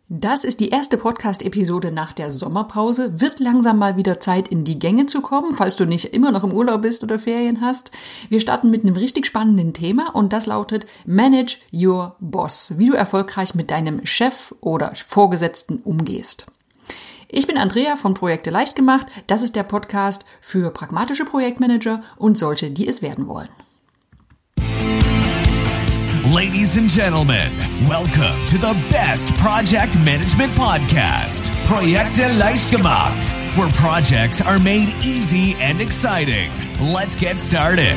Das ist die erste Podcast-Episode nach der Sommerpause. Wird langsam mal wieder Zeit, in die Gänge zu kommen, falls du nicht immer noch im Urlaub bist oder Ferien hast. Wir starten mit einem richtig spannenden Thema und das lautet Manage Your Boss, wie du erfolgreich mit deinem Chef oder Vorgesetzten umgehst. Ich bin Andrea von Projekte leicht gemacht. Das ist der Podcast für pragmatische Projektmanager und solche, die es werden wollen. Ladies and gentlemen, welcome to the best project management podcast, Projekte leicht gemacht, where projects are made easy and exciting. Let's get started.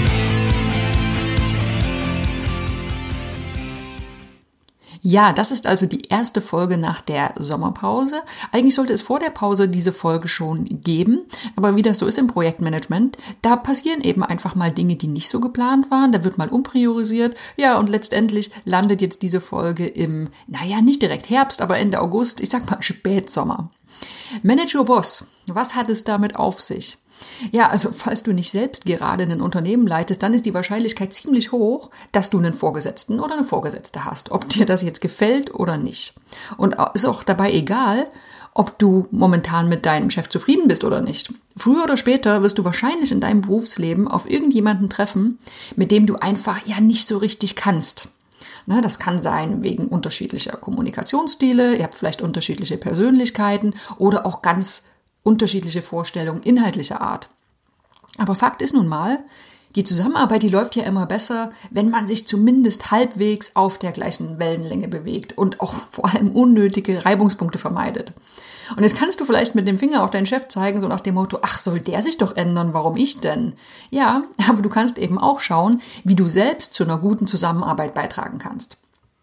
Ja, das ist also die erste Folge nach der Sommerpause. Eigentlich sollte es vor der Pause diese Folge schon geben, aber wie das so ist im Projektmanagement, da passieren eben einfach mal Dinge, die nicht so geplant waren, da wird mal umpriorisiert, ja, und letztendlich landet jetzt diese Folge im, nicht direkt Herbst, aber Ende August, ich sag mal Spätsommer. Manage Your Boss, was hat es damit auf sich? Ja, also falls du nicht selbst gerade ein Unternehmen leitest, dann ist die Wahrscheinlichkeit ziemlich hoch, dass du einen Vorgesetzten oder eine Vorgesetzte hast, ob dir das jetzt gefällt oder nicht. Und ist auch dabei egal, ob du momentan mit deinem Chef zufrieden bist oder nicht. Früher oder später wirst du wahrscheinlich in deinem Berufsleben auf irgendjemanden treffen, mit dem du einfach nicht so richtig kannst. Das kann sein wegen unterschiedlicher Kommunikationsstile, ihr habt vielleicht unterschiedliche Persönlichkeiten oder auch ganz unterschiedliche Vorstellungen inhaltlicher Art. Aber Fakt ist nun mal, die Zusammenarbeit, die läuft ja immer besser, wenn man sich zumindest halbwegs auf der gleichen Wellenlänge bewegt und auch vor allem unnötige Reibungspunkte vermeidet. Und jetzt kannst du vielleicht mit dem Finger auf deinen Chef zeigen, so nach dem Motto, ach, soll der sich doch ändern, warum ich denn? Ja, aber du kannst eben auch schauen, wie du selbst zu einer guten Zusammenarbeit beitragen kannst.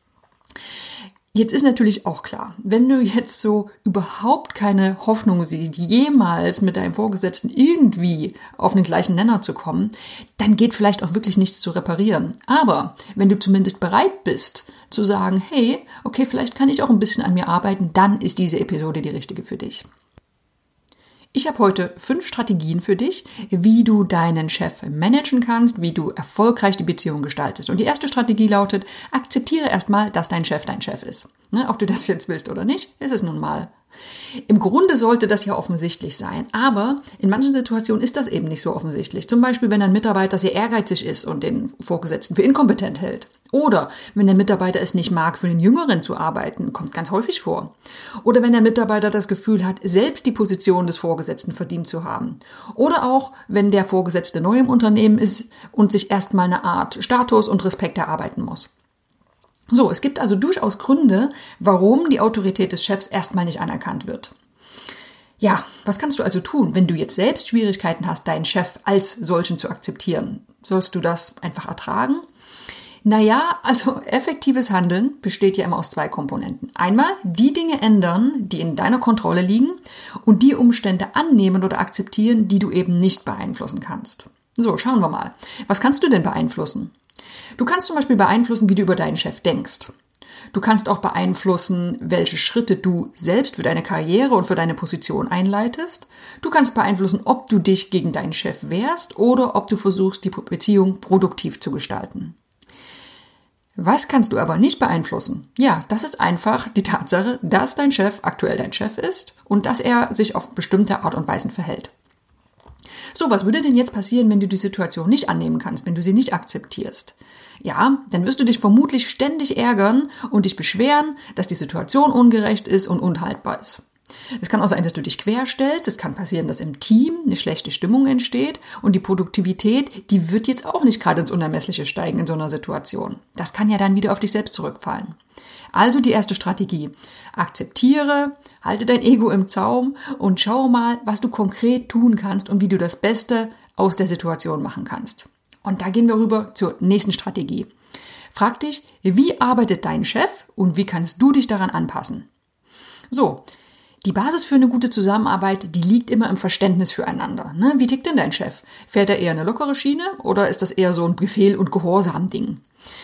Jetzt ist natürlich auch klar, wenn du jetzt so überhaupt keine Hoffnung siehst, jemals mit deinem Vorgesetzten irgendwie auf den gleichen Nenner zu kommen, dann geht vielleicht auch wirklich nichts zu reparieren. Aber wenn du zumindest bereit bist zu sagen, hey, okay, vielleicht kann ich auch ein bisschen an mir arbeiten, dann ist diese Episode die richtige für dich. Ich habe heute 5 Strategien für dich, wie du deinen Chef managen kannst, wie du erfolgreich die Beziehung gestaltest. Und die erste Strategie lautet, akzeptiere erstmal, dass dein Chef ist. Ob du das jetzt willst oder nicht, ist es nun mal. Im Grunde sollte das ja offensichtlich sein, aber in manchen Situationen ist das eben nicht so offensichtlich. Zum Beispiel, wenn ein Mitarbeiter sehr ehrgeizig ist und den Vorgesetzten für inkompetent hält. Oder wenn der Mitarbeiter es nicht mag, für den Jüngeren zu arbeiten, kommt ganz häufig vor. Oder wenn der Mitarbeiter das Gefühl hat, selbst die Position des Vorgesetzten verdient zu haben. Oder auch, wenn der Vorgesetzte neu im Unternehmen ist und sich erstmal eine Art Status und Respekt erarbeiten muss. So, es gibt also durchaus Gründe, warum die Autorität des Chefs erstmal nicht anerkannt wird. Ja, was kannst du also tun, wenn du jetzt selbst Schwierigkeiten hast, deinen Chef als solchen zu akzeptieren? Sollst du das einfach ertragen? Also effektives Handeln besteht ja immer aus 2 Komponenten. Einmal die Dinge ändern, die in deiner Kontrolle liegen und die Umstände annehmen oder akzeptieren, die du eben nicht beeinflussen kannst. So, schauen wir mal. Was kannst du denn beeinflussen? Du kannst zum Beispiel beeinflussen, wie du über deinen Chef denkst. Du kannst auch beeinflussen, welche Schritte du selbst für deine Karriere und für deine Position einleitest. Du kannst beeinflussen, ob du dich gegen deinen Chef wehrst oder ob du versuchst, die Beziehung produktiv zu gestalten. Was kannst du aber nicht beeinflussen? Ja, das ist einfach die Tatsache, dass dein Chef aktuell dein Chef ist und dass er sich auf bestimmte Art und Weise verhält. So, was würde denn jetzt passieren, wenn du die Situation nicht annehmen kannst, wenn du sie nicht akzeptierst? Ja, dann wirst du dich vermutlich ständig ärgern und dich beschweren, dass die Situation ungerecht ist und unhaltbar ist. Es kann auch sein, dass du dich querstellst. Es kann passieren, dass im Team eine schlechte Stimmung entsteht und die Produktivität, die wird jetzt auch nicht gerade ins Unermessliche steigen in so einer Situation. Das kann ja dann wieder auf dich selbst zurückfallen. Also die erste Strategie. Akzeptiere, halte dein Ego im Zaum und schau mal, was du konkret tun kannst und wie du das Beste aus der Situation machen kannst. Und da gehen wir rüber zur nächsten Strategie. Frag dich, wie arbeitet dein Chef und wie kannst du dich daran anpassen? So, die Basis für eine gute Zusammenarbeit, die liegt immer im Verständnis füreinander. Wie tickt denn dein Chef? Fährt er eher eine lockere Schiene oder ist das eher so ein Befehl- und Gehorsam-Ding?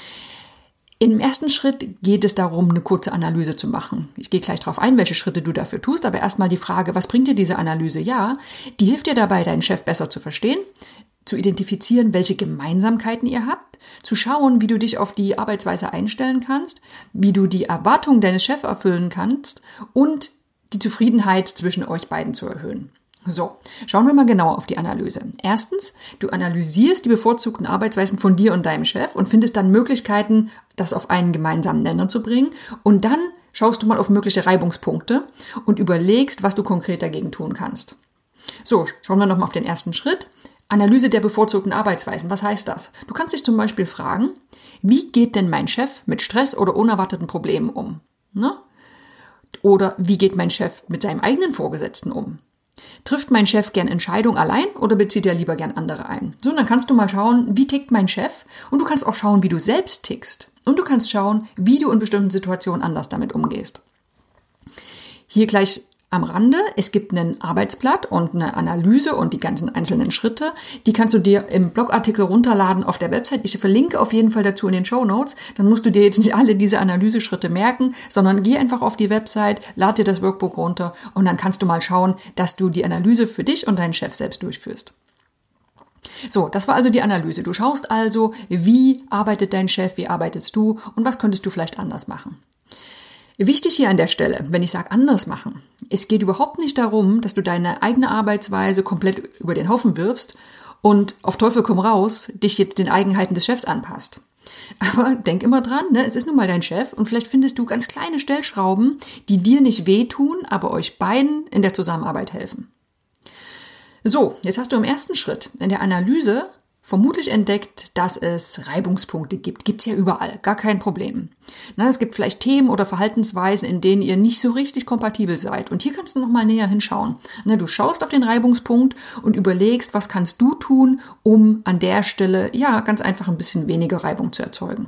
Im ersten Schritt geht es darum, eine kurze Analyse zu machen. Ich gehe gleich darauf ein, welche Schritte du dafür tust, aber erstmal die Frage, was bringt dir diese Analyse? Ja, die hilft dir dabei, deinen Chef besser zu verstehen, zu identifizieren, welche Gemeinsamkeiten ihr habt, zu schauen, wie du dich auf die Arbeitsweise einstellen kannst, wie du die Erwartungen deines Chefs erfüllen kannst und die Zufriedenheit zwischen euch beiden zu erhöhen. So, schauen wir mal genauer auf die Analyse. Erstens, du analysierst die bevorzugten Arbeitsweisen von dir und deinem Chef und findest dann Möglichkeiten, das auf einen gemeinsamen Nenner zu bringen. Und dann schaust du mal auf mögliche Reibungspunkte und überlegst, was du konkret dagegen tun kannst. So, schauen wir nochmal auf den ersten Schritt. Analyse der bevorzugten Arbeitsweisen. Was heißt das? Du kannst dich zum Beispiel fragen, wie geht denn mein Chef mit Stress oder unerwarteten Problemen um? Ne? Oder wie geht mein Chef mit seinem eigenen Vorgesetzten um? Trifft mein Chef gern Entscheidungen allein oder bezieht er lieber gern andere ein? So, und dann kannst du mal schauen, wie tickt mein Chef? Und du kannst auch schauen, wie du selbst tickst. Und du kannst schauen, wie du in bestimmten Situationen anders damit umgehst. Hier gleich am Rande, es gibt einen Arbeitsblatt und eine Analyse und die ganzen einzelnen Schritte. Die kannst du dir im Blogartikel runterladen auf der Website. Ich verlinke auf jeden Fall dazu in den Shownotes. Dann musst du dir jetzt nicht alle diese Analyseschritte merken, sondern geh einfach auf die Website, lad dir das Workbook runter und dann kannst du mal schauen, dass du die Analyse für dich und deinen Chef selbst durchführst. So, das war also die Analyse. Du schaust also, wie arbeitet dein Chef, wie arbeitest du und was könntest du vielleicht anders machen. Wichtig hier an der Stelle, wenn ich sage anders machen, es geht überhaupt nicht darum, dass du deine eigene Arbeitsweise komplett über den Haufen wirfst und auf Teufel komm raus dich jetzt den Eigenheiten des Chefs anpasst. Aber denk immer dran, ne, es ist nun mal dein Chef und vielleicht findest du ganz kleine Stellschrauben, die dir nicht wehtun, aber euch beiden in der Zusammenarbeit helfen. So, jetzt hast du im ersten Schritt in der Analyse vermutlich entdeckt, dass es Reibungspunkte gibt. Gibt's ja überall, gar kein Problem. Na, es gibt vielleicht Themen oder Verhaltensweisen, in denen ihr nicht so richtig kompatibel seid. Und hier kannst du nochmal näher hinschauen. Na, du schaust auf den Reibungspunkt und überlegst, was kannst du tun, um an der Stelle, ja, ganz einfach ein bisschen weniger Reibung zu erzeugen.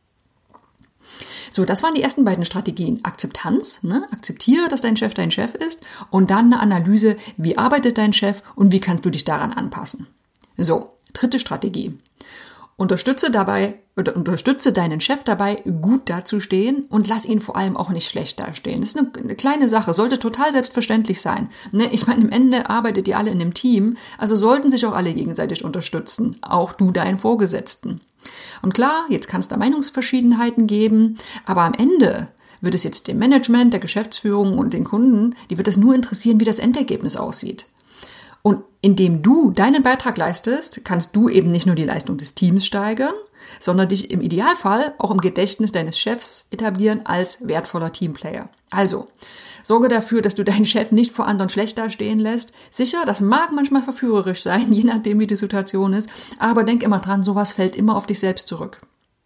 So, das waren die ersten beiden Strategien. Akzeptanz, ne? Akzeptiere, dass dein Chef ist. Und dann eine Analyse, wie arbeitet dein Chef und wie kannst du dich daran anpassen. So. Dritte Strategie. Unterstütze deinen Chef dabei, gut dazustehen und lass ihn vor allem auch nicht schlecht dastehen. Das ist eine kleine Sache, sollte total selbstverständlich sein. Ne? Ich meine, am Ende arbeitet ihr alle in einem Team, also sollten sich auch alle gegenseitig unterstützen, auch du deinen Vorgesetzten. Und klar, jetzt kann es da Meinungsverschiedenheiten geben, aber am Ende wird es jetzt dem Management, der Geschäftsführung und den Kunden, die wird es nur interessieren, wie das Endergebnis aussieht. Und indem du deinen Beitrag leistest, kannst du eben nicht nur die Leistung des Teams steigern, sondern dich im Idealfall auch im Gedächtnis deines Chefs etablieren als wertvoller Teamplayer. Also, sorge dafür, dass du deinen Chef nicht vor anderen schlecht dastehen lässt. Sicher, das mag manchmal verführerisch sein, je nachdem, wie die Situation ist, aber denk immer dran, sowas fällt immer auf dich selbst zurück.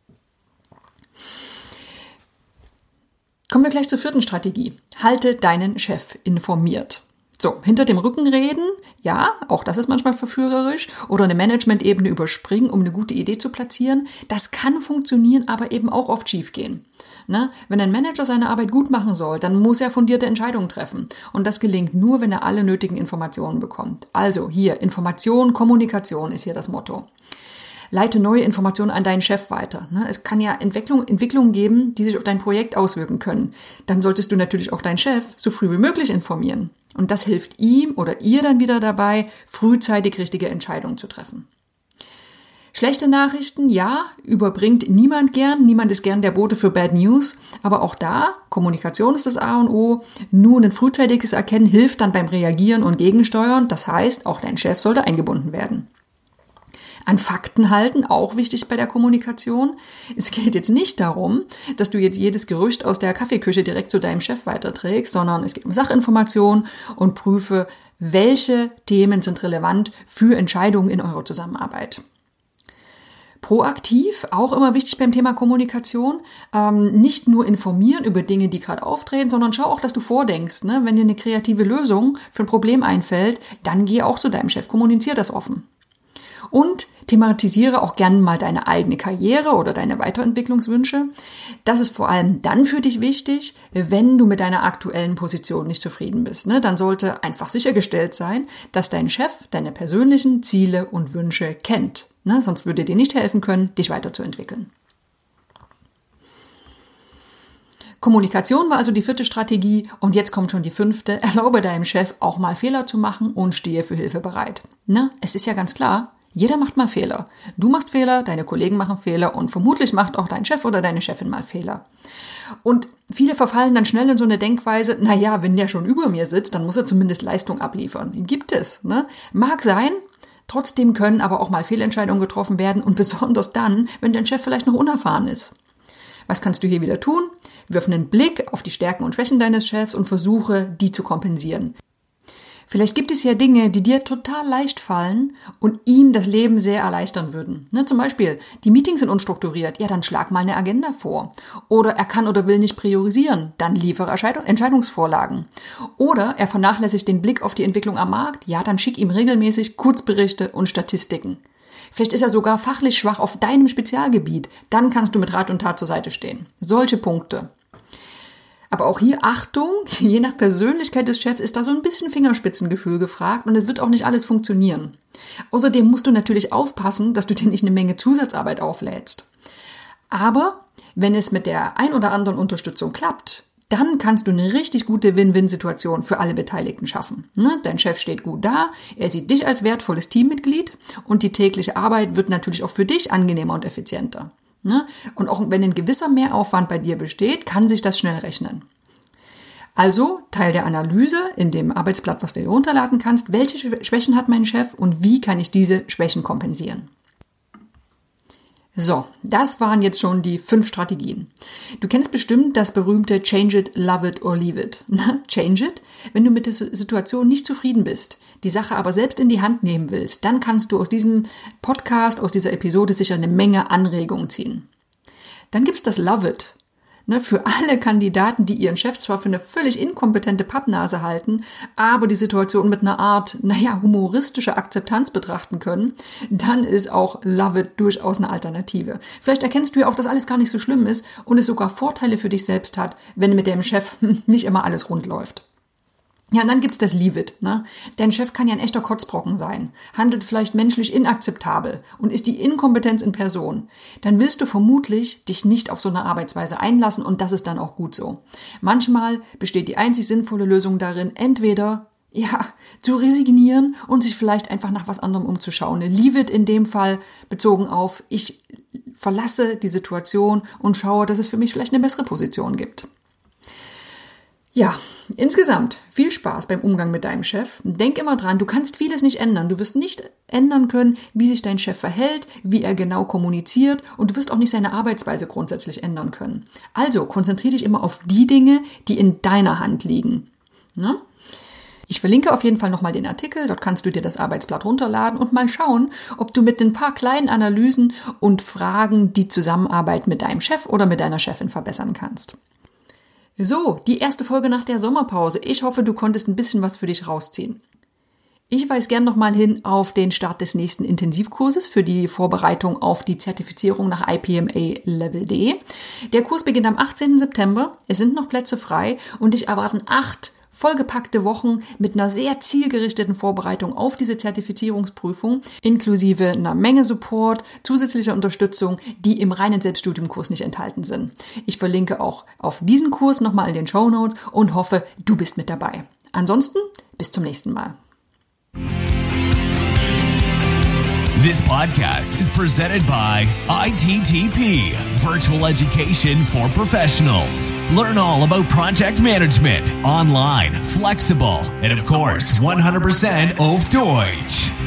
Kommen wir gleich zur vierten Strategie. Halte deinen Chef informiert. So, hinter dem Rücken reden, ja, auch das ist manchmal verführerisch, oder eine Management-Ebene überspringen, um eine gute Idee zu platzieren. Das kann funktionieren, aber eben auch oft schiefgehen. Ne? Wenn ein Manager seine Arbeit gut machen soll, dann muss er fundierte Entscheidungen treffen. Und das gelingt nur, wenn er alle nötigen Informationen bekommt. Also hier, Information, Kommunikation ist hier das Motto. Leite neue Informationen an deinen Chef weiter. Es kann ja Entwicklungen geben, die sich auf dein Projekt auswirken können. Dann solltest du natürlich auch deinen Chef so früh wie möglich informieren. Und das hilft ihm oder ihr dann wieder dabei, frühzeitig richtige Entscheidungen zu treffen. Schlechte Nachrichten, ja, überbringt niemand gern. Niemand ist gern der Bote für Bad News. Aber auch da, Kommunikation ist das A und O. Nur ein frühzeitiges Erkennen hilft dann beim Reagieren und Gegensteuern. Das heißt, auch dein Chef sollte eingebunden werden. An Fakten halten, auch wichtig bei der Kommunikation. Es geht jetzt nicht darum, dass du jetzt jedes Gerücht aus der Kaffeeküche direkt zu deinem Chef weiterträgst, sondern es geht um Sachinformation und prüfe, welche Themen sind relevant für Entscheidungen in eurer Zusammenarbeit. Proaktiv, auch immer wichtig beim Thema Kommunikation, nicht nur informieren über Dinge, die gerade auftreten, sondern schau auch, dass du vordenkst. Ne? Wenn dir eine kreative Lösung für ein Problem einfällt, dann geh auch zu deinem Chef, kommunizier das offen. Und thematisiere auch gerne mal deine eigene Karriere oder deine Weiterentwicklungswünsche. Das ist vor allem dann für dich wichtig, wenn du mit deiner aktuellen Position nicht zufrieden bist. Ne? Dann sollte einfach sichergestellt sein, dass dein Chef deine persönlichen Ziele und Wünsche kennt. Ne? Sonst würde dir nicht helfen können, dich weiterzuentwickeln. Kommunikation war also die vierte Strategie und jetzt kommt schon die fünfte. Erlaube deinem Chef auch mal Fehler zu machen und stehe für Hilfe bereit. Na, es ist ja ganz klar, Jeder macht mal Fehler. Du machst Fehler, deine Kollegen machen Fehler und vermutlich macht auch dein Chef oder deine Chefin mal Fehler. Und viele verfallen dann schnell in so eine Denkweise, naja, wenn der schon über mir sitzt, dann muss er zumindest Leistung abliefern. Gibt es, ne? Mag sein, trotzdem können aber auch mal Fehlentscheidungen getroffen werden und besonders dann, wenn dein Chef vielleicht noch unerfahren ist. Was kannst du hier wieder tun? Wirf einen Blick auf die Stärken und Schwächen deines Chefs und versuche, die zu kompensieren. Vielleicht gibt es ja Dinge, die dir total leicht fallen und ihm das Leben sehr erleichtern würden. Ne, zum Beispiel, die Meetings sind unstrukturiert, ja, dann schlag mal eine Agenda vor. Oder er kann oder will nicht priorisieren, dann liefere Entscheidungsvorlagen. Oder er vernachlässigt den Blick auf die Entwicklung am Markt, ja, dann schick ihm regelmäßig Kurzberichte und Statistiken. Vielleicht ist er sogar fachlich schwach auf deinem Spezialgebiet, dann kannst du mit Rat und Tat zur Seite stehen. Solche Punkte. Aber auch hier Achtung, je nach Persönlichkeit des Chefs ist da so ein bisschen Fingerspitzengefühl gefragt und es wird auch nicht alles funktionieren. Außerdem musst du natürlich aufpassen, dass du dir nicht eine Menge Zusatzarbeit auflädst. Aber wenn es mit der ein oder anderen Unterstützung klappt, dann kannst du eine richtig gute Win-Win-Situation für alle Beteiligten schaffen. Ne? Dein Chef steht gut da, er sieht dich als wertvolles Teammitglied und die tägliche Arbeit wird natürlich auch für dich angenehmer und effizienter. Ne? Und auch wenn ein gewisser Mehraufwand bei dir besteht, kann sich das schnell rechnen. Also Teil der Analyse in dem Arbeitsblatt, was du dir runterladen kannst, welche Schwächen hat mein Chef und wie kann ich diese Schwächen kompensieren. So, das waren jetzt schon die 5 Strategien. Du kennst bestimmt das berühmte Change it, love it or leave it. Change it, wenn du mit der Situation nicht zufrieden bist, die Sache aber selbst in die Hand nehmen willst, dann kannst du aus diesem Podcast, aus dieser Episode sicher eine Menge Anregungen ziehen. Dann gibt's das Love it. Für alle Kandidaten, die ihren Chef zwar für eine völlig inkompetente Pappnase halten, aber die Situation mit einer Art, humoristischer Akzeptanz betrachten können, dann ist auch Love It durchaus eine Alternative. Vielleicht erkennst du ja auch, dass alles gar nicht so schlimm ist und es sogar Vorteile für dich selbst hat, wenn mit dem Chef nicht immer alles rund läuft. Ja, und dann gibt's das Leave It. Dein Chef kann ja ein echter Kotzbrocken sein, handelt vielleicht menschlich inakzeptabel und ist die Inkompetenz in Person. Dann willst du vermutlich dich nicht auf so eine Arbeitsweise einlassen und das ist dann auch gut so. Manchmal besteht die einzig sinnvolle Lösung darin, entweder zu resignieren und sich vielleicht einfach nach was anderem umzuschauen. Leave It in dem Fall bezogen auf, ich verlasse die Situation und schaue, dass es für mich vielleicht eine bessere Position gibt. Ja, insgesamt viel Spaß beim Umgang mit deinem Chef. Denk immer dran, du kannst vieles nicht ändern. Du wirst nicht ändern können, wie sich dein Chef verhält, wie er genau kommuniziert und du wirst auch nicht seine Arbeitsweise grundsätzlich ändern können. Also konzentriere dich immer auf die Dinge, die in deiner Hand liegen. Ne? Ich verlinke auf jeden Fall nochmal den Artikel, dort kannst du dir das Arbeitsblatt runterladen und mal schauen, ob du mit ein paar kleinen Analysen und Fragen die Zusammenarbeit mit deinem Chef oder mit deiner Chefin verbessern kannst. So, die erste Folge nach der Sommerpause. Ich hoffe, du konntest ein bisschen was für dich rausziehen. Ich weise gern nochmal hin auf den Start des nächsten Intensivkurses für die Vorbereitung auf die Zertifizierung nach IPMA Level D. Der Kurs beginnt am 18. September. Es sind noch Plätze frei und dich erwarten 8 vollgepackte Wochen mit einer sehr zielgerichteten Vorbereitung auf diese Zertifizierungsprüfung, inklusive einer Menge Support, zusätzlicher Unterstützung, die im reinen Selbststudiumkurs nicht enthalten sind. Ich verlinke auch auf diesen Kurs nochmal in den Shownotes und hoffe, du bist mit dabei. Ansonsten, bis zum nächsten Mal. This podcast is presented by ITTP, Virtual Education for Professionals. Learn all about project management, online, flexible, and of course, 100% auf Deutsch.